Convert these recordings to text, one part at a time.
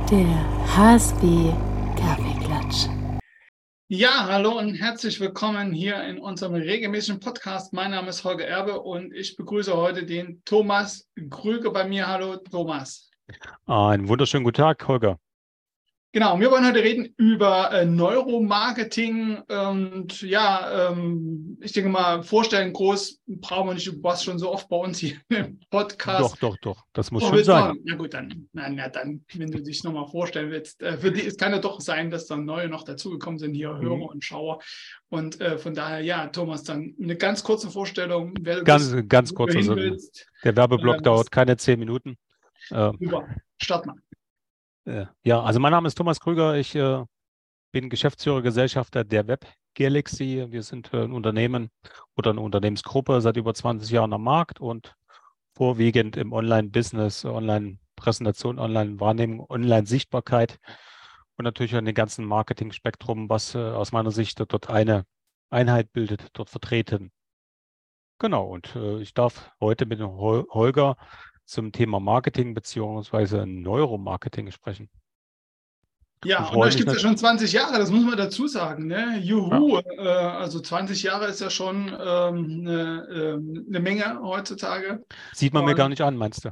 Der HSB Kaffeeklatsch. Ja, hallo und herzlich willkommen hier in unserem regelmäßigen Podcast. Mein Name ist Holger Erbe und ich begrüße heute den Thomas Krüger bei mir. Hallo Thomas. Einen wunderschönen guten Tag, Holger. Genau, wir wollen heute reden über Neuromarketing und ich denke mal, vorstellen groß brauchen wir nicht, du warst schon so oft bei uns hier im Podcast. Doch, das muss schon sein. Na gut, dann, wenn du dich nochmal vorstellen willst. Für die, es kann ja doch sein, dass dann neue noch dazugekommen sind, hier Hörer und Schauer. Und von daher, ja, Thomas, dann eine ganz kurze Vorstellung, wer du bist, Ganz wo kurz, du hin also willst. der Werbeblock dauert keine 10 Minuten. Super, start mal. Ja, also mein Name ist Thomas Krüger, ich bin Geschäftsführer, Gesellschafter der Web Galaxy. Wir sind ein Unternehmen oder eine Unternehmensgruppe seit über 20 Jahren am Markt und vorwiegend im Online-Business, Online-Präsentation, Online-Wahrnehmung, Online-Sichtbarkeit und natürlich an dem ganzen Marketing-Spektrum, was aus meiner Sicht dort eine Einheit bildet, dort vertreten. Genau, und ich darf heute mit dem Holger zum Thema Marketing bzw. Neuromarketing sprechen. Ja, und euch gibt es ja schon 20 Jahre, das muss man dazu sagen. Ne? Juhu, ja. Also 20 Jahre ist ja schon eine Menge heutzutage. Sieht man mir gar nicht an, meinst du?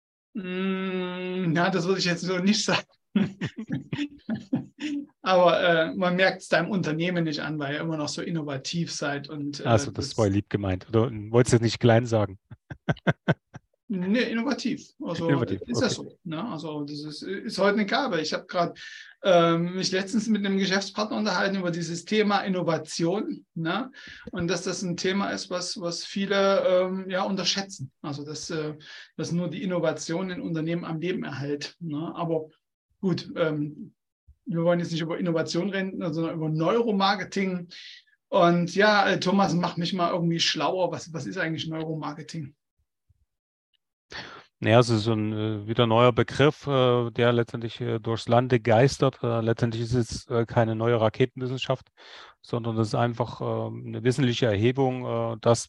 Ja, das würde ich jetzt so nicht sagen. Aber man merkt es deinem Unternehmen nicht an, weil ihr immer noch so innovativ seid. Und, also das war lieb gemeint. Oder wolltest du jetzt nicht klein sagen? Ne, innovativ. Also innovativ. ist das so. Ne? Also das ist heute eine Gabe. Ich habe gerade mich letztens mit einem Geschäftspartner unterhalten über dieses Thema Innovation. Ne? Und dass das ein Thema ist, was viele unterschätzen. Also dass nur die Innovation in Unternehmen am Leben erhält. Ne? Aber gut, wir wollen jetzt nicht über Innovation reden, sondern über Neuromarketing. Und ja, Thomas, mach mich mal irgendwie schlauer. Was ist eigentlich Neuromarketing? Naja, es ist so ein wieder neuer Begriff, der letztendlich durchs Lande geistert. Letztendlich ist es keine neue Raketenwissenschaft, sondern es ist einfach eine wissenschaftliche Erhebung, dass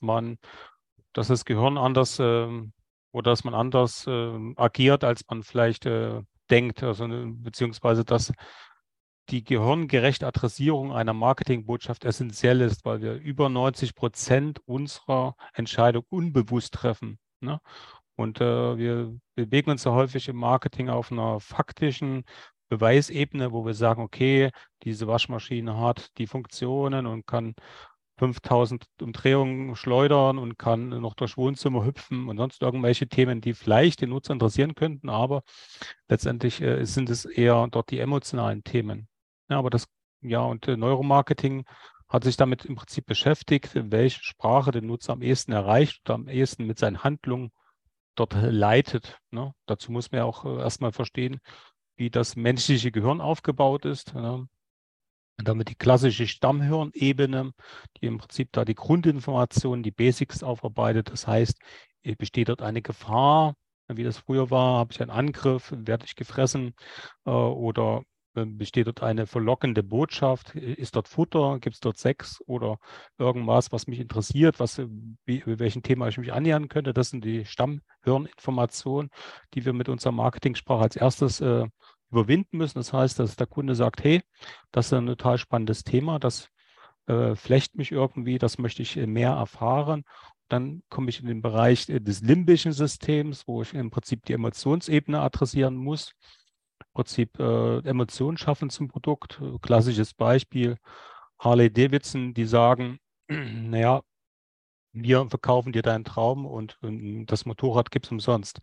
das Gehirn anders oder dass man anders agiert, als man vielleicht denkt. Also, beziehungsweise, dass die gehirngerechte Adressierung einer Marketingbotschaft essentiell ist, weil wir über 90% unserer Entscheidung unbewusst treffen. Ne? Und wir bewegen uns ja häufig im Marketing auf einer faktischen Beweisebene, wo wir sagen, okay, diese Waschmaschine hat die Funktionen und kann 5000 Umdrehungen schleudern und kann noch durchs Wohnzimmer hüpfen und sonst irgendwelche Themen, die vielleicht den Nutzer interessieren könnten, aber letztendlich sind es eher dort die emotionalen Themen. Ja, aber und Neuromarketing hat sich damit im Prinzip beschäftigt, welche Sprache den Nutzer am ehesten erreicht oder am ehesten mit seinen Handlungen dort leitet. Ne? Dazu muss man ja auch erstmal verstehen, wie das menschliche Gehirn aufgebaut ist. Und damit die klassische Stammhirnebene, die im Prinzip da die Grundinformationen, die Basics aufarbeitet. Das heißt, besteht dort eine Gefahr, wie das früher war, habe ich einen Angriff, werde ich gefressen oder besteht dort eine verlockende Botschaft? Ist dort Futter? Gibt es dort Sex oder irgendwas, was mich interessiert, welchem Thema ich mich annähern könnte? Das sind die Stammhirninformationen, die wir mit unserer Marketingsprache als erstes überwinden müssen. Das heißt, dass der Kunde sagt, hey, das ist ein total spannendes Thema, das flecht mich irgendwie, das möchte ich mehr erfahren. Dann komme ich in den Bereich des limbischen Systems, wo ich im Prinzip die Emotionsebene adressieren muss. Im Prinzip Emotionen schaffen zum Produkt. Klassisches Beispiel, Harley-Davidson, die sagen, naja, wir verkaufen dir deinen Traum und das Motorrad gibt es umsonst.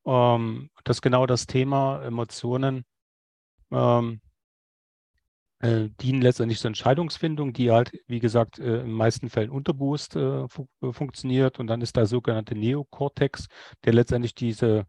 Das ist genau das Thema, Emotionen dienen letztendlich zur Entscheidungsfindung, die halt, wie gesagt, in den meisten Fällen unterbewusst funktioniert. Und dann ist der sogenannte Neokortex, der letztendlich diese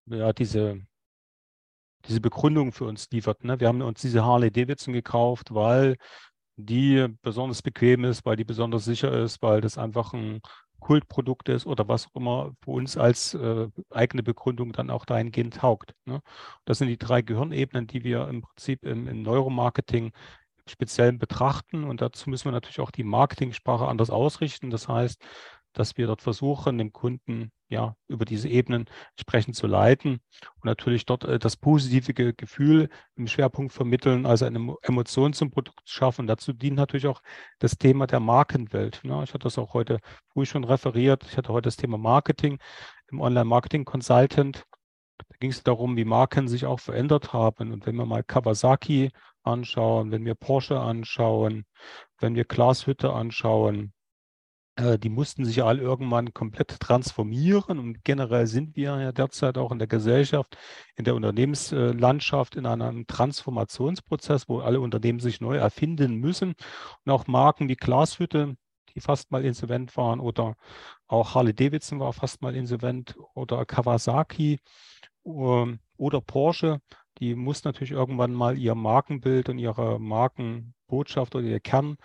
Begründung für uns liefert. Ne? Wir haben uns diese Harley-Davidson gekauft, weil die besonders bequem ist, weil die besonders sicher ist, weil das einfach ein Kultprodukt ist oder was auch immer für uns als eigene Begründung dann auch dahingehend taugt. Ne? Das sind die 3 Gehirnebenen, die wir im Prinzip im Neuromarketing speziell betrachten. Und dazu müssen wir natürlich auch die Marketingsprache anders ausrichten. Das heißt, dass wir dort versuchen, dem Kunden ja über diese Ebenen entsprechend zu leiten und natürlich dort das positive Gefühl im Schwerpunkt vermitteln, also eine Emotion zum Produkt schaffen. Dazu dient natürlich auch das Thema der Markenwelt. Ne? Ich hatte das auch heute früh schon referiert. Ich hatte heute das Thema Marketing im Online-Marketing-Consultant. Da ging es darum, wie Marken sich auch verändert haben. Und wenn wir mal Kawasaki anschauen, wenn wir Porsche anschauen, wenn wir Glashütte anschauen, die mussten sich alle irgendwann komplett transformieren. Und generell sind wir ja derzeit auch in der Gesellschaft, in der Unternehmenslandschaft in einem Transformationsprozess, wo alle Unternehmen sich neu erfinden müssen. Und auch Marken wie Glashütte, die fast mal insolvent waren, oder auch Harley-Davidson war fast mal insolvent, oder Kawasaki oder Porsche, die muss natürlich irgendwann mal ihr Markenbild und ihre Markenbotschaft oder ihr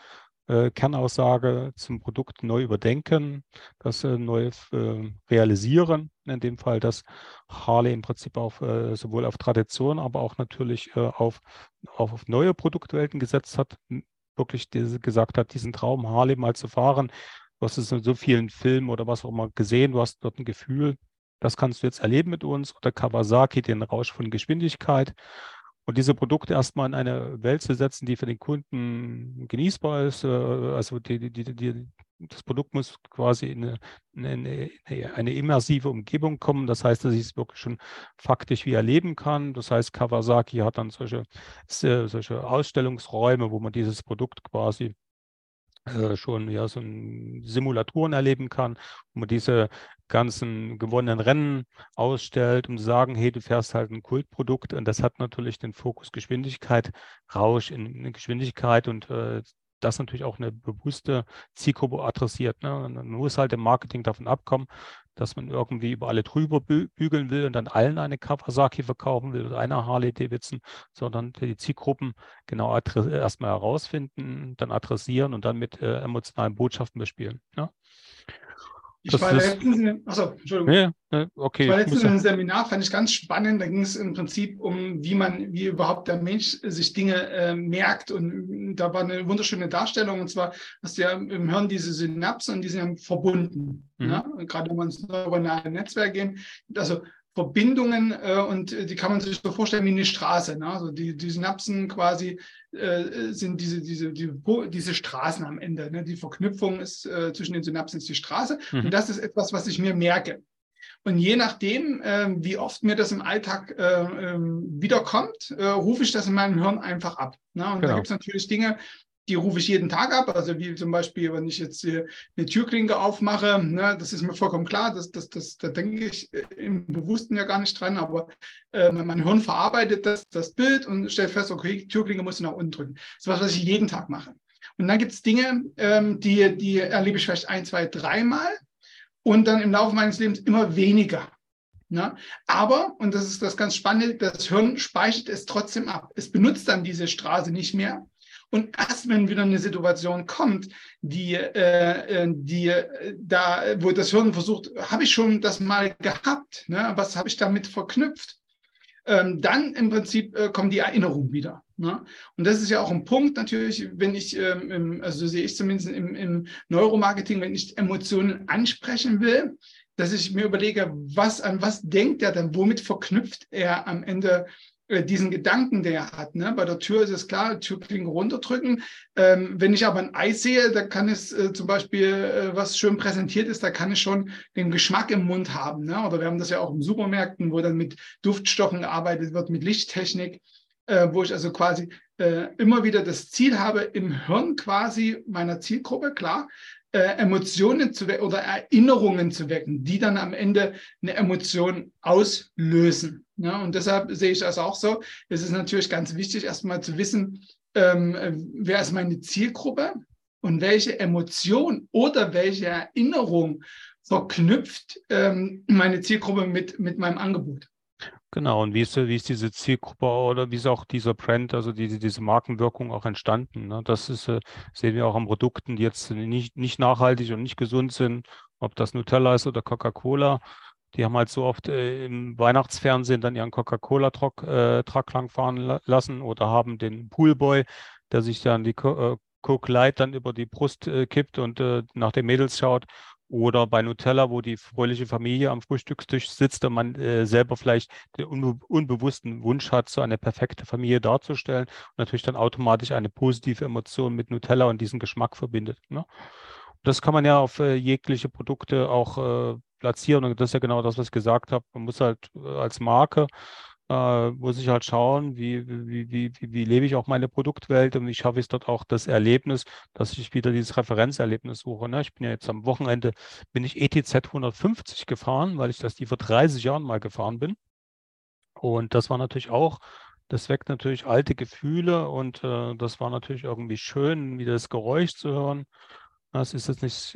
Kernaussage zum Produkt neu überdenken, das neu realisieren. In dem Fall, dass Harley im Prinzip sowohl auf Tradition, aber auch natürlich auf neue Produktwelten gesetzt hat, wirklich gesagt hat, diesen Traum Harley mal zu fahren. Du hast es in so vielen Filmen oder was auch immer gesehen, du hast dort ein Gefühl, das kannst du jetzt erleben mit uns. Oder Kawasaki, den Rausch von Geschwindigkeit. Und diese Produkte erstmal in eine Welt zu setzen, die für den Kunden genießbar ist. Also das Produkt muss quasi in eine immersive Umgebung kommen. Das heißt, dass ich es wirklich schon faktisch wie erleben kann. Das heißt, Kawasaki hat dann solche Ausstellungsräume, wo man dieses Produkt quasi schon ja so Simulatoren erleben kann, wo man diese ganzen gewonnenen Rennen ausstellt, um zu sagen, hey, du fährst halt ein Kultprodukt, und das hat natürlich den Fokus Geschwindigkeit, Rausch in Geschwindigkeit, und das natürlich auch eine bewusste Zielgruppe adressiert. Ne? Und man muss halt im Marketing davon abkommen, dass man irgendwie über alle drüber bügeln will und dann allen eine Kawasaki verkaufen will oder eine Harley-Davidson, sondern die Zielgruppen genau erstmal herausfinden, dann adressieren und dann mit emotionalen Botschaften bespielen. Ja? Ich war letztens, Entschuldigung. Okay, Ich war letztens in einem Seminar, fand ich ganz spannend. Da ging es im Prinzip um, wie überhaupt der Mensch sich Dinge merkt. Und da war eine wunderschöne Darstellung. Und zwar hast du ja im Hirn diese Synapsen, und die sind ja verbunden. Mhm. Ne? Und gerade wenn wir ins neuronale Netzwerk gehen, also Verbindungen, und die kann man sich so vorstellen wie eine Straße. Ne? Also die Synapsen quasi sind diese Straßen am Ende. Ne? Die Verknüpfung ist zwischen den Synapsen ist die Straße. Mhm. Und das ist etwas, was ich mir merke. Und je nachdem, wie oft mir das im Alltag wiederkommt, rufe ich das in meinem Hirn einfach ab. Ne? Und da gibt es natürlich Dinge, die rufe ich jeden Tag ab, also wie zum Beispiel, wenn ich jetzt eine Türklinke aufmache, ne, das ist mir vollkommen klar, da denke ich im Bewussten ja gar nicht dran, aber mein Hirn verarbeitet das Bild und stellt fest, okay, Türklinke muss ich nach unten drücken. Das ist was ich jeden Tag mache. Und dann gibt es Dinge, die erlebe ich vielleicht 1, 2, 3 Mal und dann im Laufe meines Lebens immer weniger. Ne? Aber, und das ist das ganz Spannende, das Hirn speichert es trotzdem ab. Es benutzt dann diese Straße nicht mehr. Und erst wenn wieder eine Situation kommt, wo das Hirn versucht, habe ich schon das mal gehabt, ne? Was habe ich damit verknüpft? Dann im Prinzip kommen die Erinnerungen wieder. Ne? Und das ist ja auch ein Punkt natürlich, wenn ich, also sehe ich zumindest im Neuromarketing, wenn ich Emotionen ansprechen will, dass ich mir überlege, an was denkt er denn, womit verknüpft er am Ende diesen Gedanken, der er hat. Ne? Bei der Tür ist es klar, Türklinke runterdrücken. Wenn ich aber ein Eis sehe, da kann es zum Beispiel, was schön präsentiert ist, da kann ich schon den Geschmack im Mund haben. Ne? Oder wir haben das ja auch in Supermärkten, wo dann mit Duftstoffen gearbeitet wird, mit Lichttechnik, wo ich also quasi immer wieder das Ziel habe, im Hirn quasi meiner Zielgruppe, klar, Emotionen oder Erinnerungen zu wecken, die dann am Ende eine Emotion auslösen. Ja, und deshalb sehe ich das auch so. Es ist natürlich ganz wichtig, erstmal zu wissen, wer ist meine Zielgruppe und welche Emotion oder welche Erinnerung verknüpft meine Zielgruppe mit meinem Angebot. Genau, und wie ist diese Zielgruppe oder wie ist auch dieser Brand, also diese Markenwirkung auch entstanden? Ne? Das ist, sehen wir auch an Produkten, die jetzt nicht nachhaltig und nicht gesund sind, ob das Nutella ist oder Coca-Cola. Die haben halt so oft im Weihnachtsfernsehen dann ihren Coca-Cola-Truck langfahren lassen oder haben den Poolboy, der sich dann die Coke Light dann über die Brust kippt und nach den Mädels schaut. Oder bei Nutella, wo die fröhliche Familie am Frühstückstisch sitzt und man selber vielleicht den unbewussten Wunsch hat, so eine perfekte Familie darzustellen und natürlich dann automatisch eine positive Emotion mit Nutella und diesen Geschmack verbindet. Ne? Das kann man ja auf jegliche Produkte auch platzieren und das ist ja genau das, was ich gesagt habe. Man muss halt als Marke muss ich halt schauen, wie lebe ich auch meine Produktwelt und wie schaffe ich es dort auch das Erlebnis, dass ich wieder dieses Referenzerlebnis suche. Ne? Ich bin ja jetzt am Wochenende, bin ich ETZ 150 gefahren, weil ich die vor 30 Jahren mal gefahren bin. Und das war natürlich auch, das weckt natürlich alte Gefühle und das war natürlich irgendwie schön, wieder das Geräusch zu hören. Das ist jetzt nicht,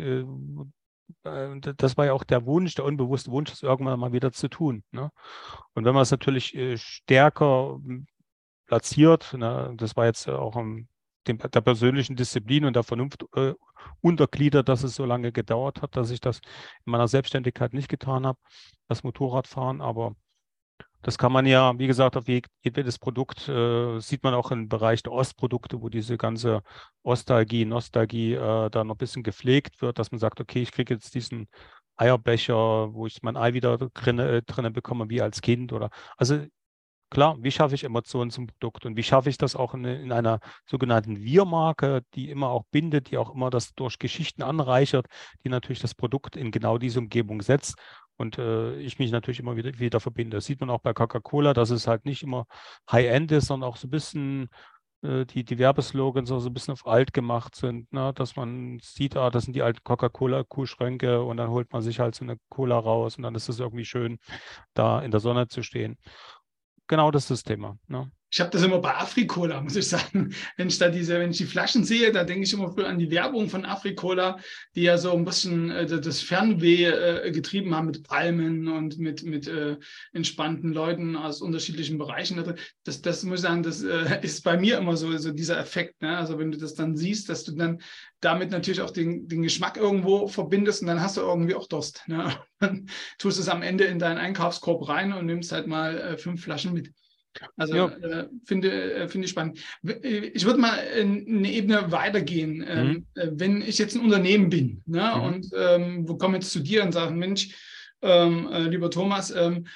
das war ja auch der Wunsch, der unbewusste Wunsch, das irgendwann mal wieder zu tun. Ne? Und wenn man es natürlich stärker platziert, ne, das war jetzt auch der persönlichen Disziplin und der Vernunft untergliedert, dass es so lange gedauert hat, dass ich das in meiner Selbstständigkeit nicht getan habe, das Motorradfahren, aber das kann man ja, wie gesagt, auf jedes Produkt sieht man auch im Bereich der Ostprodukte, wo diese ganze Nostalgie da noch ein bisschen gepflegt wird, dass man sagt, okay, ich kriege jetzt diesen Eierbecher, wo ich mein Ei wieder drinne bekomme, wie als Kind oder also klar, wie schaffe ich Emotionen zum Produkt und wie schaffe ich das auch in einer sogenannten Wir-Marke, die immer auch bindet, die auch immer das durch Geschichten anreichert, die natürlich das Produkt in genau diese Umgebung setzt und ich mich natürlich immer wieder verbinde. Das sieht man auch bei Coca-Cola, dass es halt nicht immer High-End ist, sondern auch so ein bisschen die Werbeslogans auch so ein bisschen auf alt gemacht sind, ne? Dass man sieht, das sind die alten Coca-Cola-Kühlschränke und dann holt man sich halt so eine Cola raus und dann ist es irgendwie schön, da in der Sonne zu stehen. Genau das ist das Thema. Ne? Ich habe das immer bei Afrikola, muss ich sagen. Wenn ich die Flaschen sehe, da denke ich immer an die Werbung von Afrikola, die ja so ein bisschen das Fernweh getrieben haben mit Palmen und mit entspannten Leuten aus unterschiedlichen Bereichen. Also das muss ich sagen, das ist bei mir immer so dieser Effekt. Ne? Also wenn du das dann siehst, dass du dann damit natürlich auch den Geschmack irgendwo verbindest und dann hast du irgendwie auch Durst. Ne? Dann tust du es am Ende in deinen Einkaufskorb rein und nimmst halt mal 5 Flaschen mit. Also Ja. finde ich spannend. Ich würde mal eine Ebene weitergehen. Mhm. Wenn ich jetzt ein Unternehmen bin, ne, Mhm. und wir kommen jetzt zu dir und sagen, Mensch, lieber Thomas,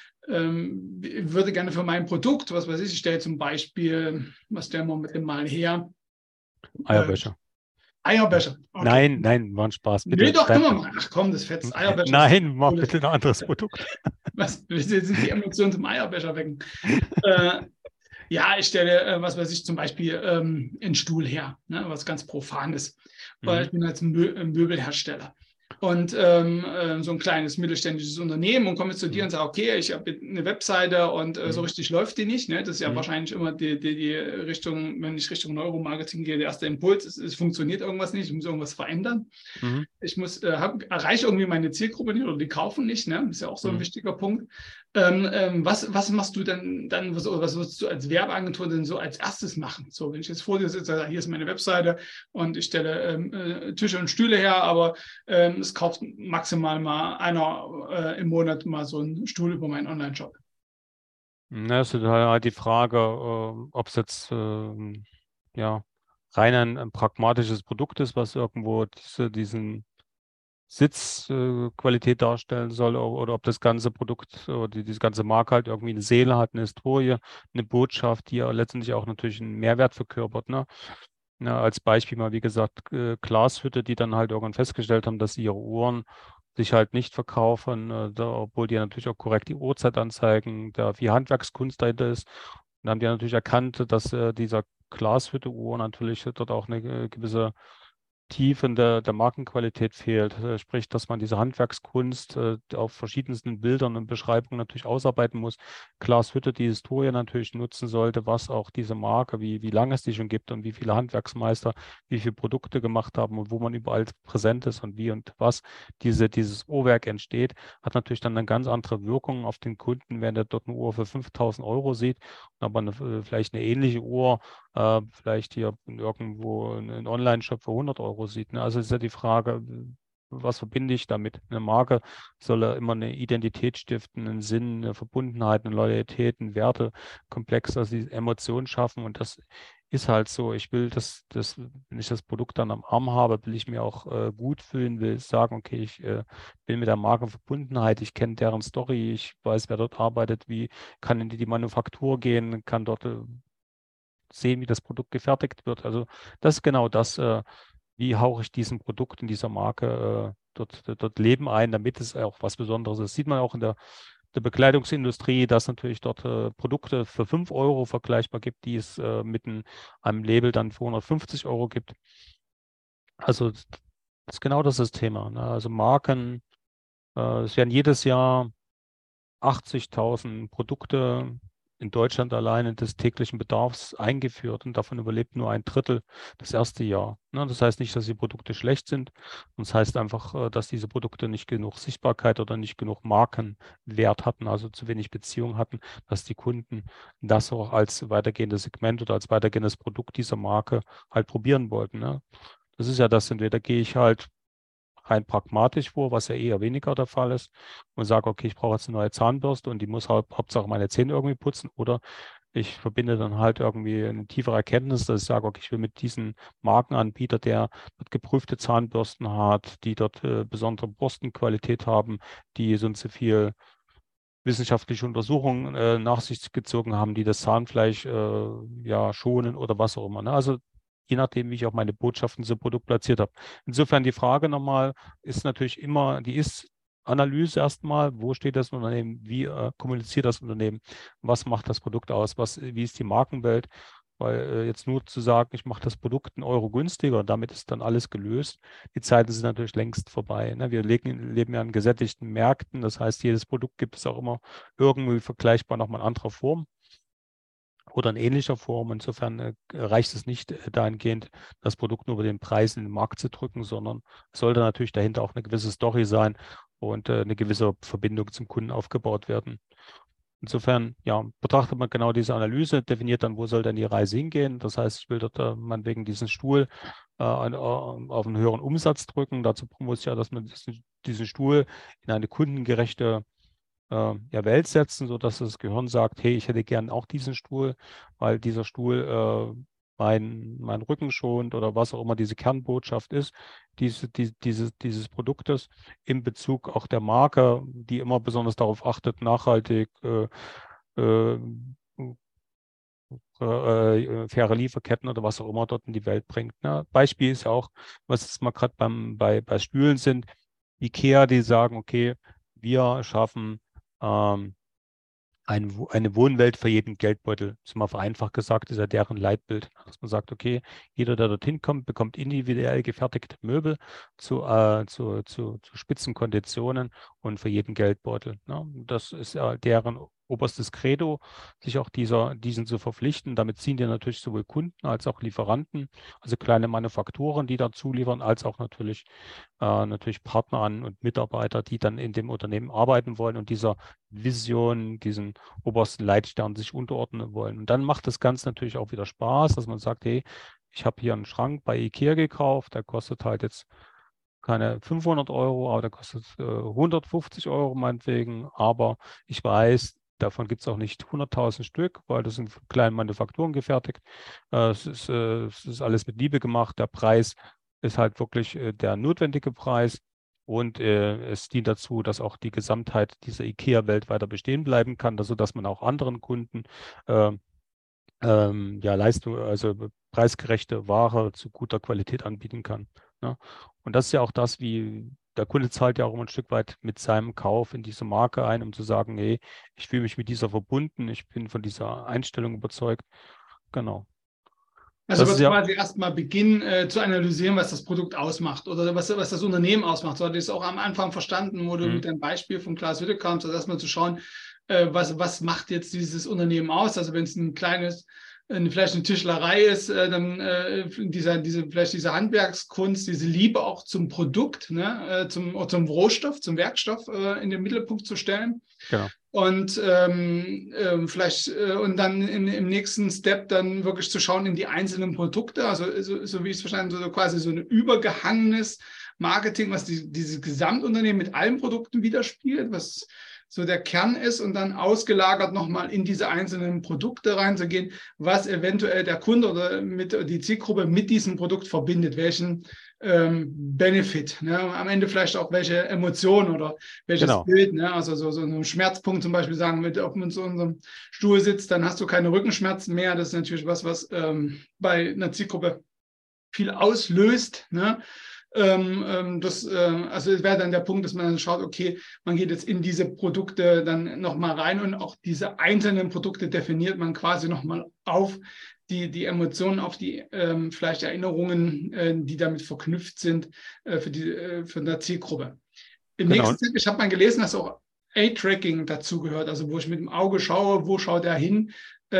ich würde gerne für mein Produkt, was weiß ich stelle zum Beispiel, was stellen wir mit dem mal her? Äh, Eierbecher. Eierbecher. Okay. Nein, nein, war ein Spaß. Nee, Bitte. doch, können wir machen. Ach komm, das fetzt. Eierbecher ist Nein, mach cooles. bitte ein anderes Produkt. Was, wir sind die Emotionen zum Eierbecher wecken. Äh, Ja, ich stelle, was weiß ich, zum Beispiel einen Stuhl her, ne, was ganz Profanes. Mhm. Ich bin als Möbelhersteller und so ein kleines mittelständisches Unternehmen und komme zu dir Mhm. und sage, okay, ich habe eine Webseite und so Mhm. richtig läuft die nicht. Ne? Das ist ja Mhm. wahrscheinlich immer die Richtung, wenn ich Richtung Neuromarketing gehe, der erste Impuls, es funktioniert irgendwas nicht, ich muss irgendwas verändern. Mhm. Ich erreiche irgendwie meine Zielgruppe nicht oder die kaufen nicht. Ne? Das ist ja auch so ein Mhm. wichtiger Punkt. Was machst du denn dann, was würdest du als Werbeagentur denn so als erstes machen? So, wenn ich jetzt vor dir sitze, hier ist meine Webseite und ich stelle Tische und Stühle her, aber es kauft maximal mal einer im Monat mal so einen Stuhl über meinen Online-Shop. Na, es ist halt die Frage, ob es jetzt ja, rein ein pragmatisches Produkt ist, was irgendwo diesen Sitzqualität darstellen soll oder ob das ganze Produkt oder diese ganze Marke halt irgendwie eine Seele hat, eine Historie, eine Botschaft, die ja letztendlich auch natürlich einen Mehrwert verkörpert. Ne? Ja, als Beispiel mal, wie gesagt, Glashütte, die dann halt irgendwann festgestellt haben, dass sie ihre Uhren sich halt nicht verkaufen, obwohl die ja natürlich auch korrekt die Uhrzeit anzeigen, da viel Handwerkskunst dahinter ist. Und dann haben die ja natürlich erkannt, dass dieser Glashütte-Uhr natürlich dort auch eine gewisse Tiefe in der Markenqualität fehlt. Sprich, dass man diese Handwerkskunst auf verschiedensten Bildern und Beschreibungen natürlich ausarbeiten muss. Glashütte die Historie natürlich nutzen sollte, was auch diese Marke, wie lange es die schon gibt und wie viele Handwerksmeister, wie viele Produkte gemacht haben und wo man überall präsent ist und wie und was dieses Uhrwerk entsteht, hat natürlich dann eine ganz andere Wirkung auf den Kunden, wenn er dort eine Uhr für 5.000 Euro sieht, aber vielleicht eine ähnliche Uhr vielleicht hier irgendwo einen Online-Shop für 100 Euro sieht. Ne? Also ist ja die Frage, was verbinde ich damit? Eine Marke soll ja immer eine Identität stiften, einen Sinn, eine Verbundenheit, eine Loyalität, einen Wertekomplex, also die Emotionen schaffen. Und das ist halt so. Ich will, wenn ich das Produkt dann am Arm habe, will ich mir auch gut fühlen, will sagen, okay, ich bin mit der Marke Verbundenheit, ich kenne deren Story, ich weiß, wer dort arbeitet, wie kann in die Manufaktur gehen, kann dort sehen, wie das Produkt gefertigt wird. Also das ist genau das, wie hauche ich diesem Produkt in dieser Marke dort Leben ein, damit es auch was Besonderes ist. Das sieht man auch in der Bekleidungsindustrie, dass natürlich dort Produkte für 5 Euro vergleichbar gibt, die es mit einem Label dann für 150 Euro gibt. Also das ist genau das Thema. Ne? Also Marken, es werden jedes Jahr 80.000 Produkte in Deutschland alleine des täglichen Bedarfs eingeführt und davon überlebt nur ein Drittel das erste Jahr. Ne, das heißt nicht, dass die Produkte schlecht sind, und das heißt einfach, dass diese Produkte nicht genug Sichtbarkeit oder nicht genug Markenwert hatten, also zu wenig Beziehung hatten, dass die Kunden das auch als weitergehendes Segment oder als weitergehendes Produkt dieser Marke halt probieren wollten. Ne? Das ist ja das, entweder gehe ich halt rein pragmatisch vor, was ja eher weniger der Fall ist, und sage, okay, ich brauche jetzt eine neue Zahnbürste und die muss halt Hauptsache meine Zähne irgendwie putzen, oder ich verbinde dann halt irgendwie eine tiefere Erkenntnis, dass ich sage, okay, ich will mit diesem Markenanbieter, der dort geprüfte Zahnbürsten hat, die dort besondere Borstenqualität haben, die so und so viel wissenschaftliche Untersuchungen nach sich gezogen haben, die das Zahnfleisch ja schonen oder was auch immer. Ne? Also je nachdem, wie ich auch meine Botschaften zum Produkt platziert habe. Insofern die Frage nochmal ist natürlich immer die Ist-Analyse erstmal, wo steht das Unternehmen, wie kommuniziert das Unternehmen, was macht das Produkt aus, wie ist die Markenwelt, weil jetzt nur zu sagen, ich mache das Produkt 1 Euro günstiger und damit ist dann alles gelöst. Die Zeiten sind natürlich längst vorbei. Ne? Wir leben ja in gesättigten Märkten, das heißt, jedes Produkt gibt es auch immer irgendwie vergleichbar nochmal in anderer Form oder in ähnlicher Form. Insofern reicht es nicht dahingehend, das Produkt nur über den Preis in den Markt zu drücken, sondern es sollte natürlich dahinter auch eine gewisse Story sein und eine gewisse Verbindung zum Kunden aufgebaut werden. Insofern, ja, betrachtet man genau diese Analyse, definiert dann, wo soll denn die Reise hingehen. Das heißt, ich will dort meinetwegen diesen Stuhl auf einen höheren Umsatz drücken. Dazu muss ja, dass man diesen Stuhl in eine kundengerechte ja, Welt setzen, sodass das Gehirn sagt, hey, ich hätte gern auch diesen Stuhl, weil dieser Stuhl mein Rücken schont oder was auch immer diese Kernbotschaft ist, dieses Produktes in Bezug auch der Marke, die immer besonders darauf achtet, nachhaltig äh, faire Lieferketten oder was auch immer dort in die Welt bringt. Ne? Beispiel ist ja auch, was jetzt mal gerade bei Stühlen sind, IKEA, die sagen, okay, wir schaffen eine Wohnwelt für jeden Geldbeutel. Das ist mal vereinfacht gesagt, ist ja deren Leitbild. Dass man sagt, okay, jeder, der dorthin kommt, bekommt individuell gefertigte Möbel zu Spitzenkonditionen und für jeden Geldbeutel. Ne? Das ist ja deren oberstes Credo, sich auch diesen zu verpflichten. Damit ziehen die natürlich sowohl Kunden als auch Lieferanten, also kleine Manufakturen, die dazu liefern, als auch natürlich Partner an und Mitarbeiter, die dann in dem Unternehmen arbeiten wollen und dieser Vision, diesen obersten Leitstern sich unterordnen wollen. Und dann macht das Ganze natürlich auch wieder Spaß, dass man sagt, hey, ich habe hier einen Schrank bei IKEA gekauft, der kostet halt jetzt keine 500 Euro, aber der kostet 150 Euro meinetwegen. Aber ich weiß, davon gibt es auch nicht 100.000 Stück, weil das sind kleine Manufakturen gefertigt. Es ist alles mit Liebe gemacht. Der Preis ist halt wirklich der notwendige Preis. Und es dient dazu, dass auch die Gesamtheit dieser IKEA-Welt weiter bestehen bleiben kann, sodass man auch anderen Kunden äh, ja, Leistung, also preisgerechte Ware zu guter Qualität anbieten kann. Ne? Und das ist ja auch das, wie der Kunde zahlt ja auch immer ein Stück weit mit seinem Kauf in diese Marke ein, um zu sagen, nee, ich fühle mich mit dieser verbunden, ich bin von dieser Einstellung überzeugt. Genau. Also Das ist wird ja, quasi erstmal beginnen zu analysieren, was das Produkt ausmacht oder was das Unternehmen ausmacht. So hatte ich es auch am Anfang verstanden, wo du mit deinem Beispiel von Klaas Hütte kamst, also erstmal zu schauen, was macht jetzt dieses Unternehmen aus? Also wenn es vielleicht eine Tischlerei ist, dann vielleicht diese Handwerkskunst, diese Liebe auch zum Produkt, ne, zum Rohstoff, zum Werkstoff in den Mittelpunkt zu stellen. genau. Und vielleicht und dann im nächsten Step dann wirklich zu schauen in die einzelnen Produkte, also so wie ich es verstanden habe, so quasi so ein übergehangenes Marketing, was dieses Gesamtunternehmen mit allen Produkten widerspiegelt, was so der Kern ist und dann ausgelagert nochmal in diese einzelnen Produkte reinzugehen, was eventuell der Kunde oder die Zielgruppe mit diesem Produkt verbindet, welchen Benefit, ne? Am Ende vielleicht auch welche Emotionen oder welches Genau. Bild, ne? Also so ein Schmerzpunkt zum Beispiel sagen, ob man zu unserem Stuhl sitzt, dann hast du keine Rückenschmerzen mehr. Das ist natürlich was bei einer Zielgruppe viel auslöst, ne? Also es wäre dann der Punkt, dass man dann schaut, okay, man geht jetzt in diese Produkte dann nochmal rein und auch diese einzelnen Produkte definiert man quasi nochmal auf die Emotionen, auf die vielleicht Erinnerungen, die damit verknüpft sind für eine Zielgruppe. Im Genau. nächsten Step, ich habe mal gelesen, dass auch Eye-Tracking dazu gehört, also wo ich mit dem Auge schaue, wo schaut er hin,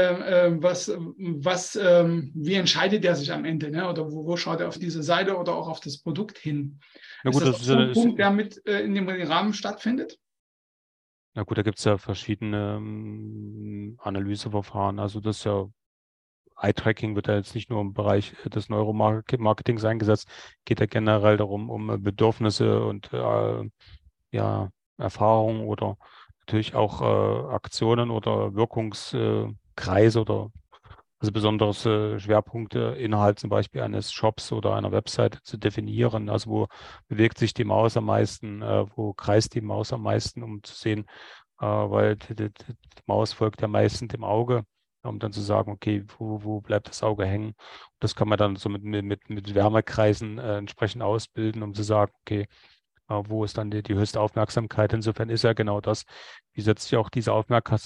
wie entscheidet er sich am Ende, ne? Oder wo schaut er auf diese Seite oder auch auf das Produkt hin? Na Ist gut, das das auch so ein ist, Punkt, der mit in dem Rahmen stattfindet? na gut, da gibt es ja verschiedene Analyseverfahren. Also das ist ja Eye-Tracking wird ja jetzt nicht nur im Bereich des Neuromarketings eingesetzt, geht ja generell darum, um Bedürfnisse und ja, Erfahrungen oder natürlich auch Aktionen oder Wirkungskreise oder also besonders Schwerpunkte innerhalb zum Beispiel eines Shops oder einer Webseite zu definieren. Also wo bewegt sich die Maus am meisten, wo kreist die Maus am meisten, um zu sehen, weil die Maus folgt ja meistens dem Auge, um dann zu sagen, okay, wo bleibt das Auge hängen? Das kann man dann so mit Wärmekreisen entsprechend ausbilden, um zu sagen, okay, wo ist dann die höchste Aufmerksamkeit? Insofern ist ja genau das, wie setzt sich auch diese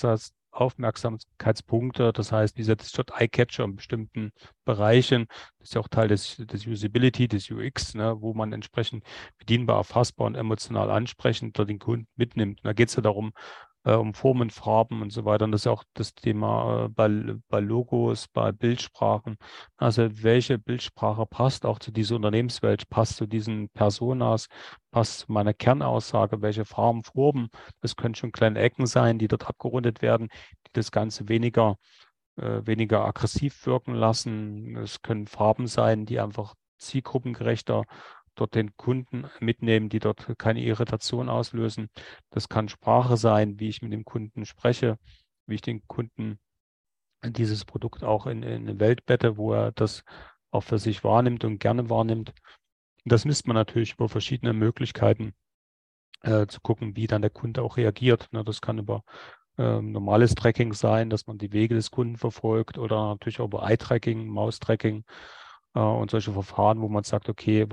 Aufmerksamkeitspunkte, das heißt, wie setzt sich dort Eye-Catcher in bestimmten Bereichen, das ist ja auch Teil des Usability, des UX, ne, wo man entsprechend bedienbar, erfassbar und emotional ansprechend dort den Kunden mitnimmt. Und da geht es ja darum, um Formen, Farben und so weiter. Und das ist ja auch das Thema bei Logos, bei Bildsprachen. Also welche Bildsprache passt auch zu dieser Unternehmenswelt, passt zu diesen Personas, passt zu meiner Kernaussage, welche Farben, Farben, das können schon kleine Ecken sein, die dort abgerundet werden, die das Ganze weniger aggressiv wirken lassen. Es können Farben sein, die einfach zielgruppengerechter dort den Kunden mitnehmen, die dort keine Irritation auslösen. Das kann Sprache sein, wie ich mit dem Kunden spreche, wie ich den Kunden dieses Produkt auch in eine Welt bette, wo er das auch für sich wahrnimmt und gerne wahrnimmt. Und das misst man natürlich über verschiedene Möglichkeiten zu gucken, wie dann der Kunde auch reagiert. Ne, das kann über normales Tracking sein, dass man die Wege des Kunden verfolgt oder natürlich auch über Eye-Tracking, Maustracking und solche Verfahren, wo man sagt, okay,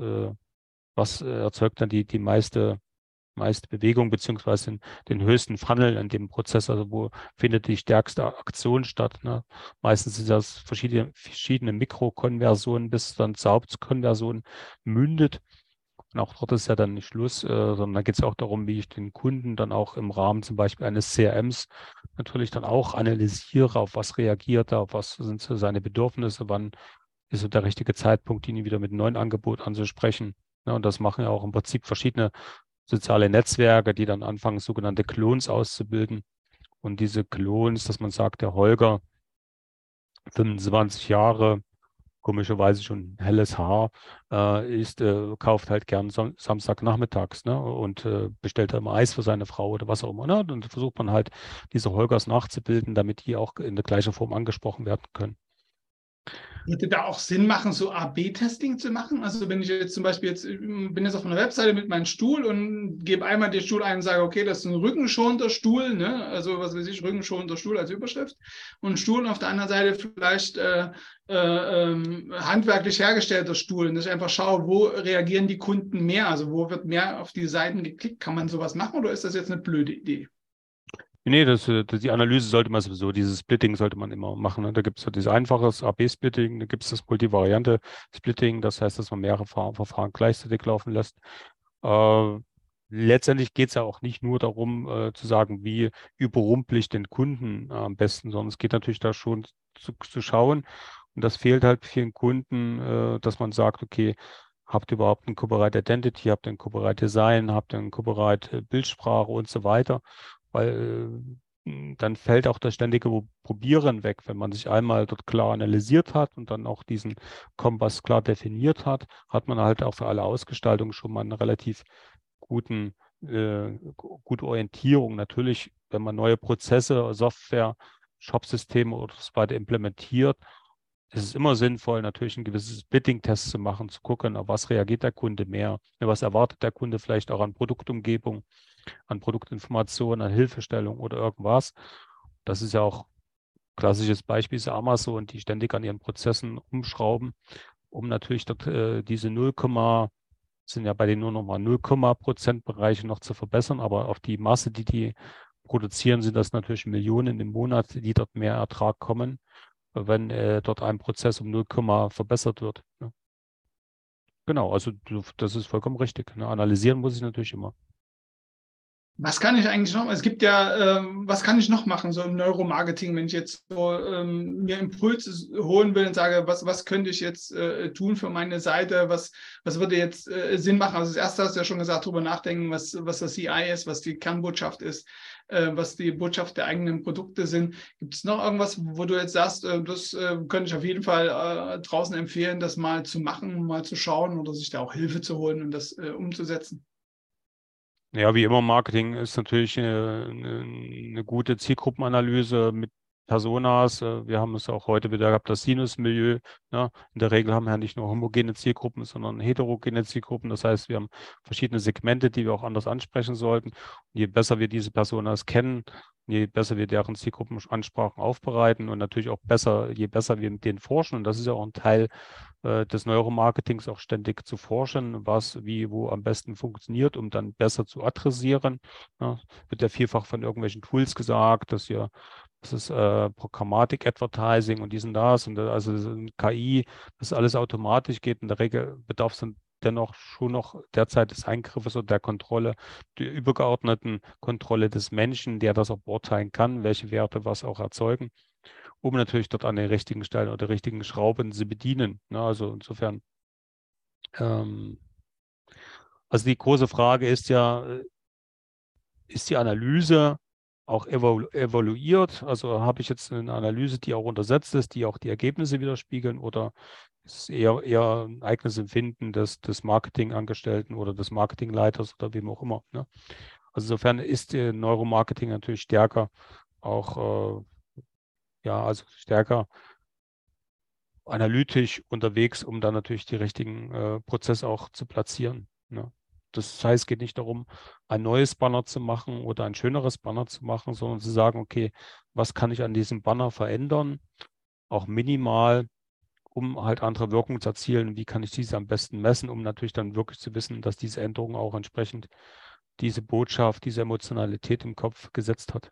was erzeugt dann die meiste Bewegung beziehungsweise den höchsten Funnel in dem Prozess, also wo findet die stärkste Aktion statt. Ne? Meistens sind das verschiedene Mikrokonversionen, bis dann zur Hauptkonversion mündet. Und auch dort ist ja dann nicht Schluss, sondern da geht es auch darum, wie ich den Kunden dann auch im Rahmen zum Beispiel eines CRMs natürlich dann auch analysiere, auf was reagiert er, auf was sind so seine Bedürfnisse, wann ist so der richtige Zeitpunkt, ihn wieder mit einem neuen Angebot anzusprechen. Ja, und das machen ja auch im Prinzip verschiedene soziale Netzwerke, die dann anfangen, sogenannte Clones auszubilden. Und diese Clones, dass man sagt, der Holger, 25 Jahre, komischerweise schon helles Haar, kauft halt gern Samstagnachmittags, ne? Und bestellt da immer Eis für seine Frau oder was auch immer. Ne? Und dann versucht man halt, diese Holgers nachzubilden, damit die auch in der gleichen Form angesprochen werden können. Würde da auch Sinn machen, so A/B-Testing zu machen? Also wenn ich jetzt zum Beispiel bin jetzt auf einer Webseite mit meinem Stuhl und gebe einmal den Stuhl ein und sage, okay, das ist ein rückenschonender Stuhl, ne? Also was weiß ich, rückenschonender Stuhl als Überschrift und Stuhl und auf der anderen Seite vielleicht handwerklich hergestellter Stuhl. Und dass ich einfach schaue, wo reagieren die Kunden mehr? Also wo wird mehr auf die Seiten geklickt? Kann man sowas machen oder ist das jetzt eine blöde Idee? Nee, die Analyse sollte man sowieso, dieses Splitting sollte man immer machen. Ne? Da gibt es ja dieses einfaches AB-Splitting, da gibt es das Multivariante-Splitting, das heißt, dass man mehrere Verfahren gleichzeitig laufen lässt. Letztendlich geht es ja auch nicht nur darum, zu sagen, wie überrumple ich den Kunden am besten, sondern es geht natürlich da schon zu schauen. Und das fehlt halt vielen Kunden, dass man sagt, okay, habt ihr überhaupt ein Copyright Identity, habt ihr ein Copyright Design, habt ihr ein Copyright Bildsprache und so weiter. Weil dann fällt auch das ständige Probieren weg. Wenn man sich einmal dort klar analysiert hat und dann auch diesen Kompass klar definiert hat, hat man halt auch für alle Ausgestaltungen schon mal einen relativ gute Orientierung. Natürlich, wenn man neue Prozesse, Software, Shopsysteme oder so weiter implementiert, ist es immer sinnvoll, natürlich ein gewisses Splitting-Test zu machen, zu gucken, auf was reagiert der Kunde mehr, was erwartet der Kunde vielleicht auch an Produktumgebung, an Produktinformationen, an Hilfestellung oder irgendwas. Das ist ja auch klassisches Beispiel ist Amazon, die ständig an ihren Prozessen umschrauben, um natürlich dort diese 0, sind ja bei den nur noch mal 0, Prozentbereiche noch zu verbessern, aber auf die Masse, die produzieren, sind das natürlich Millionen im Monat, die dort mehr Ertrag kommen, wenn dort ein Prozess um 0, verbessert wird. Ne? Genau, also das ist vollkommen richtig. Ne? Analysieren muss ich natürlich immer. Was kann ich eigentlich noch? Es gibt ja, was kann ich noch machen, so im Neuromarketing, wenn ich jetzt so mir Impulse holen will und sage, was könnte ich jetzt tun für meine Seite? Was würde jetzt Sinn machen? Also das erste hast du ja schon gesagt, drüber nachdenken, was das CI ist, was die Kernbotschaft ist, was die Botschaft der eigenen Produkte sind. Gibt es noch irgendwas, wo du jetzt sagst, das könnte ich auf jeden Fall draußen empfehlen, das mal zu machen, mal zu schauen oder sich da auch Hilfe zu holen und das umzusetzen? Ja, wie immer, Marketing ist natürlich eine gute Zielgruppenanalyse mit Personas. Wir haben es auch heute wieder gehabt, das Sinus-Milieu. Ne? In der Regel haben wir ja nicht nur homogene Zielgruppen, sondern heterogene Zielgruppen. Das heißt, wir haben verschiedene Segmente, die wir auch anders ansprechen sollten. Und je besser wir diese Personas kennen, je besser wir deren Zielgruppenansprachen aufbereiten und natürlich auch besser, je besser wir mit denen forschen. Und das ist ja auch ein Teil des Neuromarketings, auch ständig zu forschen, was, wie, wo am besten funktioniert, um dann besser zu adressieren. Ja, wird ja vielfach von irgendwelchen Tools gesagt, das ist Programmatik, Advertising und dies und das und also KI, das alles automatisch geht. In der Regel bedarf es dann dennoch schon noch derzeit des Eingriffes oder der Kontrolle, der übergeordneten Kontrolle des Menschen, der das auch beurteilen kann, welche Werte was auch erzeugen, um natürlich dort an den richtigen Stellen oder richtigen Schrauben zu bedienen. Ne? Also insofern, ähm, also die große Frage ist ja, ist die Analyse auch evaluiert? Also habe ich jetzt eine Analyse, die auch untersetzt ist, die auch die Ergebnisse widerspiegeln, oder ist es eher ein eigenes Empfinden des Marketingangestellten oder des Marketingleiters oder wem auch immer? Ne? Also insofern ist Neuromarketing natürlich stärker auch also stärker analytisch unterwegs, um dann natürlich die richtigen Prozesse auch zu platzieren. Ne? Das heißt, es geht nicht darum, ein neues Banner zu machen oder ein schöneres Banner zu machen, sondern zu sagen, okay, was kann ich an diesem Banner verändern, auch minimal, um halt andere Wirkungen zu erzielen. Wie kann ich diese am besten messen, um natürlich dann wirklich zu wissen, dass diese Änderung auch entsprechend diese Botschaft, diese Emotionalität im Kopf gesetzt hat.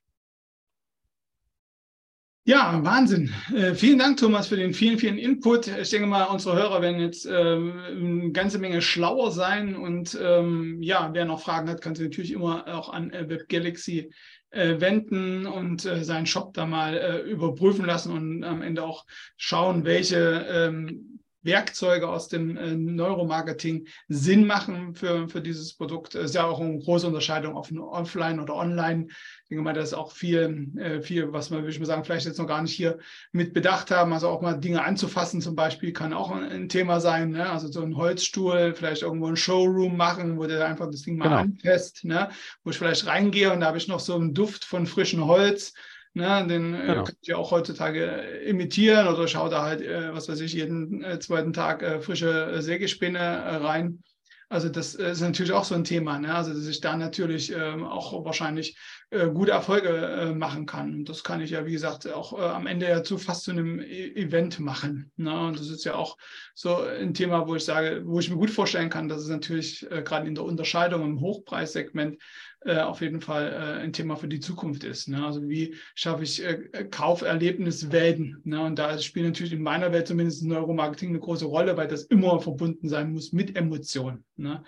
Ja, Wahnsinn. Vielen Dank, Thomas, für den vielen Input. Ich denke mal, unsere Hörer werden jetzt eine ganze Menge schlauer sein und wer noch Fragen hat, kann sich natürlich immer auch an Web Galaxy wenden und seinen Shop da mal überprüfen lassen und am Ende auch schauen, welche Werkzeuge aus dem Neuromarketing Sinn machen für dieses Produkt. Es ist ja auch eine große Unterscheidung auf Offline oder Online. Ich denke mal, das ist auch viel, was wir, würde ich mal sagen, vielleicht jetzt noch gar nicht hier mit bedacht haben. Also auch mal Dinge anzufassen zum Beispiel kann auch ein Thema sein. Ne? Also so ein Holzstuhl, vielleicht irgendwo ein Showroom machen, wo der einfach das Ding mal anfasst, ne? Wo ich vielleicht reingehe und da habe ich noch so einen Duft von frischem Holz. Ne, den kann ich ja auch heutzutage imitieren oder schaue da halt, was weiß ich, jeden zweiten Tag frische Sägespäne rein. Also das ist natürlich auch so ein Thema, ne? Also dass ich da natürlich auch wahrscheinlich gute Erfolge machen kann. Und das kann ich ja, wie gesagt, auch am Ende ja fast zu einem Event machen. Ne? Und das ist ja auch so ein Thema, wo ich sage, wo ich mir gut vorstellen kann, dass es natürlich gerade in der Unterscheidung im Hochpreissegment auf jeden Fall ein Thema für die Zukunft ist. Ne? Also wie schaffe ich Kauferlebniswelten? Ne? Und da spielt natürlich in meiner Welt zumindest Neuromarketing eine große Rolle, weil das immer verbunden sein muss mit Emotionen. Ne?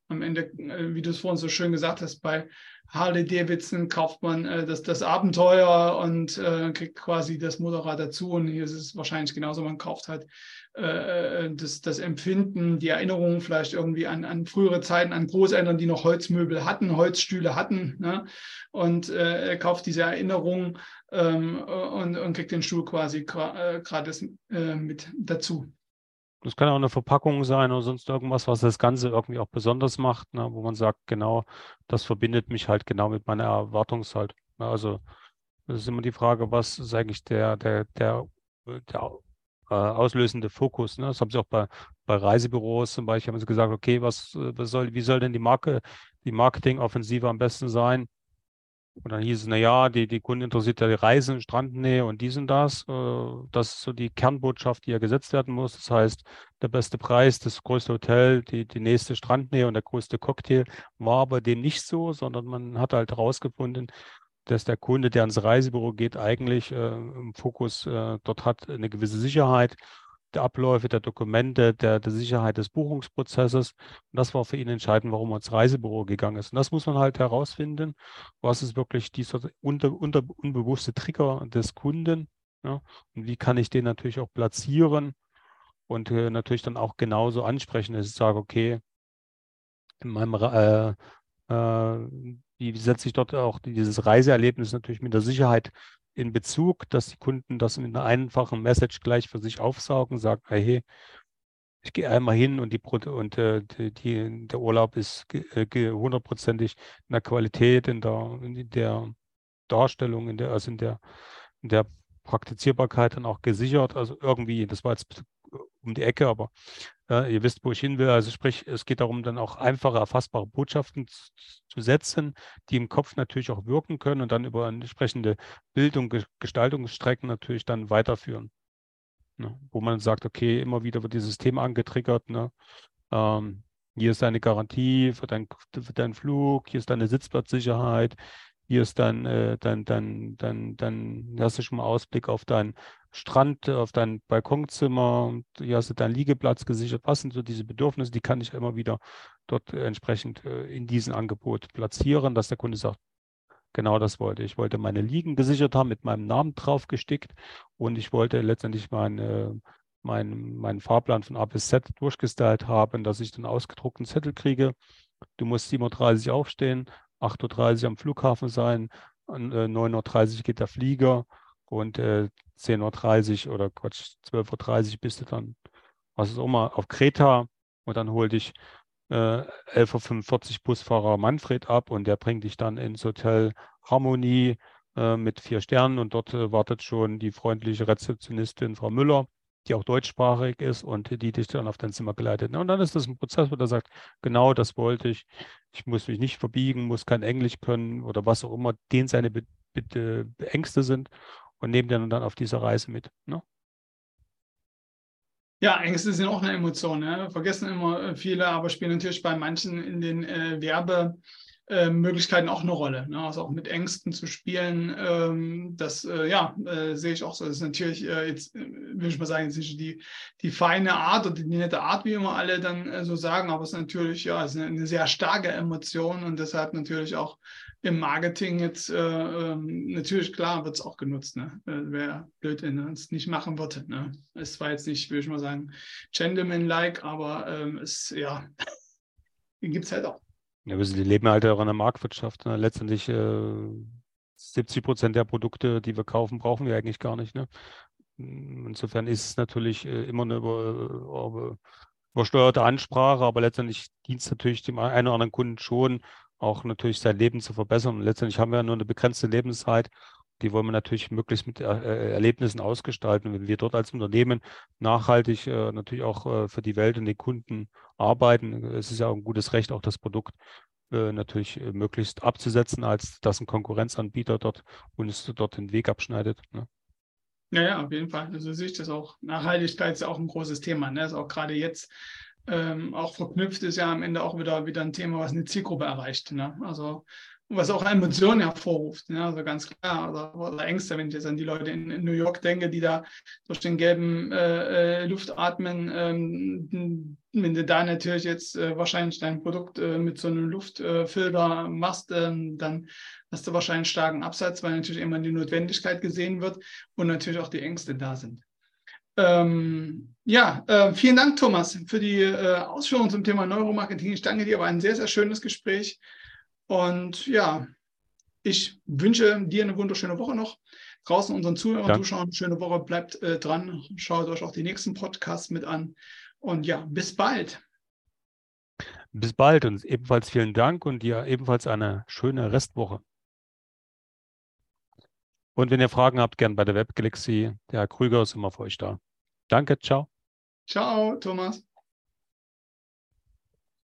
am Ende, wie du es vorhin so schön gesagt hast, bei Harley-Davidson kauft man das Abenteuer und kriegt quasi das Motorrad dazu. Und hier ist es wahrscheinlich genauso, man kauft halt das Empfinden, die Erinnerungen vielleicht irgendwie an frühere Zeiten, an Großeltern, die noch Holzmöbel hatten, Holzstühle hatten, ne? Und kauft diese Erinnerungen und kriegt den Stuhl quasi gratis mit dazu. Das kann auch eine Verpackung sein oder sonst irgendwas, was das Ganze irgendwie auch besonders macht, ne? Wo man sagt, genau, das verbindet mich halt genau mit meiner Erwartungshaltung. Ne? Also das ist immer die Frage, was ist eigentlich der auslösende Fokus. Ne? Das haben sie auch bei Reisebüros zum Beispiel, haben sie gesagt, okay, wie soll denn die Marketingoffensive am besten sein? Und dann hieß es, naja, die Kunden interessiert ja die Reisen, Strandnähe und dies und das. Das ist so die Kernbotschaft, die ja gesetzt werden muss. Das heißt, der beste Preis, das größte Hotel, die nächste Strandnähe und der größte Cocktail war bei dem nicht so, sondern man hat halt herausgefunden, dass der Kunde, der ins Reisebüro geht, eigentlich im Fokus dort hat eine gewisse Sicherheit der Abläufe, der Dokumente, der Sicherheit des Buchungsprozesses. Und das war für ihn entscheidend, warum er ins Reisebüro gegangen ist. Und das muss man halt herausfinden, was ist wirklich dieser unbewusste Trigger des Kunden, ja? Und wie kann ich den natürlich auch platzieren und natürlich dann auch genauso ansprechen, dass ich sage, okay, in meinem wie setze ich dort auch dieses Reiseerlebnis natürlich mit der Sicherheit in Bezug, dass die Kunden das mit einer einfachen Message gleich für sich aufsaugen, sagen, hey, ich gehe einmal hin und der Urlaub ist hundertprozentig in der Qualität, in der Darstellung, in der Praktizierbarkeit dann auch gesichert. Also irgendwie, das war jetzt um die Ecke, aber ihr wisst, wo ich hin will. Also sprich, es geht darum, dann auch einfache, erfassbare Botschaften zu setzen, die im Kopf natürlich auch wirken können und dann über entsprechende Gestaltungsstrecken natürlich dann weiterführen. Ne? Wo man sagt, okay, immer wieder wird dieses Thema angetriggert. Ne? Ähm, Hier ist deine Garantie für deinen Flug, hier ist deine Sitzplatzsicherheit, hier ist dann hast du schon mal Ausblick auf deinen Strand, auf dein Balkonzimmer, und hier hast du deinen Liegeplatz gesichert. Was sind so diese Bedürfnisse, die kann ich immer wieder dort entsprechend in diesem Angebot platzieren, dass der Kunde sagt, genau das wollte ich. Ich wollte meine Liegen gesichert haben, mit meinem Namen drauf gestickt, und ich wollte letztendlich meinen Fahrplan von A bis Z durchgestylt haben, dass ich dann ausgedruckten Zettel kriege. Du musst 7:30 Uhr aufstehen, 8:30 Uhr am Flughafen sein, 9:30 Uhr geht der Flieger und 10:30 Uhr oder Quatsch, 12:30 Uhr bist du dann, was ist auch mal, auf Kreta, und dann hol dich 11:45 Uhr Busfahrer Manfred ab, und der bringt dich dann ins Hotel Harmonie mit 4 Sternen, und dort wartet schon die freundliche Rezeptionistin Frau Müller, die auch deutschsprachig ist und die dich dann auf dein Zimmer geleitet. Und dann ist das ein Prozess, wo der sagt, genau das wollte ich. Ich muss mich nicht verbiegen, muss kein Englisch können oder was auch immer, den seine Ängste sind, und nehmen den dann auf dieser Reise mit. Ne? Ja, Ängste sind auch eine Emotion. Ne? Vergessen immer viele, aber spielen natürlich bei manchen in den Werbemöglichkeiten auch eine Rolle. Ne? Also auch mit Ängsten zu spielen, das sehe ich auch so. Das ist natürlich jetzt, will ich mal sagen, jetzt nicht die feine Art oder die nette Art, wie immer alle dann so sagen, aber es ist natürlich ist eine sehr starke Emotion, und deshalb natürlich auch im Marketing jetzt natürlich, klar, wird es auch genutzt. Ne? Wäre blöd, wenn er es nicht machen würde. Ne? Es war jetzt nicht, würde ich mal sagen, Gentleman-like, aber den gibt es halt auch. Ja, wir leben halt auch in der Marktwirtschaft. Ne? Letztendlich 70% der Produkte, die wir kaufen, brauchen wir eigentlich gar nicht. Ne? Insofern ist es natürlich immer eine übersteuerte Ansprache, aber letztendlich dient es natürlich dem einen oder anderen Kunden schon, auch natürlich sein Leben zu verbessern. Und letztendlich haben wir ja nur eine begrenzte Lebenszeit. Die wollen wir natürlich möglichst mit Erlebnissen ausgestalten. Wenn wir dort als Unternehmen nachhaltig natürlich auch für die Welt und die Kunden arbeiten, es ist ja auch ein gutes Recht, auch das Produkt natürlich möglichst abzusetzen, als dass ein Konkurrenzanbieter uns dort den Weg abschneidet. Ne? Ja, auf jeden Fall. Also sehe ich das auch. Nachhaltigkeit ist auch ein großes Thema. Ne? Ist auch gerade jetzt auch verknüpft, ist ja am Ende auch wieder ein Thema, was eine Zielgruppe erreicht. Ne? Also was auch Emotionen hervorruft. Ja, also ganz klar. Oder Ängste, wenn ich jetzt an die Leute in New York denke, die da durch den gelben Luft atmen. Wenn du da natürlich jetzt wahrscheinlich dein Produkt mit so einem Luftfilter machst, dann hast du wahrscheinlich einen starken Absatz, weil natürlich immer die Notwendigkeit gesehen wird und natürlich auch die Ängste da sind. Vielen Dank, Thomas, für die Ausführungen zum Thema Neuromarketing. Ich danke dir, war ein sehr, sehr schönes Gespräch. Und ja, ich wünsche dir eine wunderschöne Woche noch. Draußen unseren Zuhörern, Danke. Zuschauern, eine schöne Woche. Bleibt dran. Schaut euch auch die nächsten Podcasts mit an. Und ja, bis bald. Bis bald und ebenfalls vielen Dank und dir ebenfalls eine schöne Restwoche. Und wenn ihr Fragen habt, gern bei der Webgalaxie. Der Herr Krüger ist immer für euch da. Danke, ciao. Ciao, Thomas.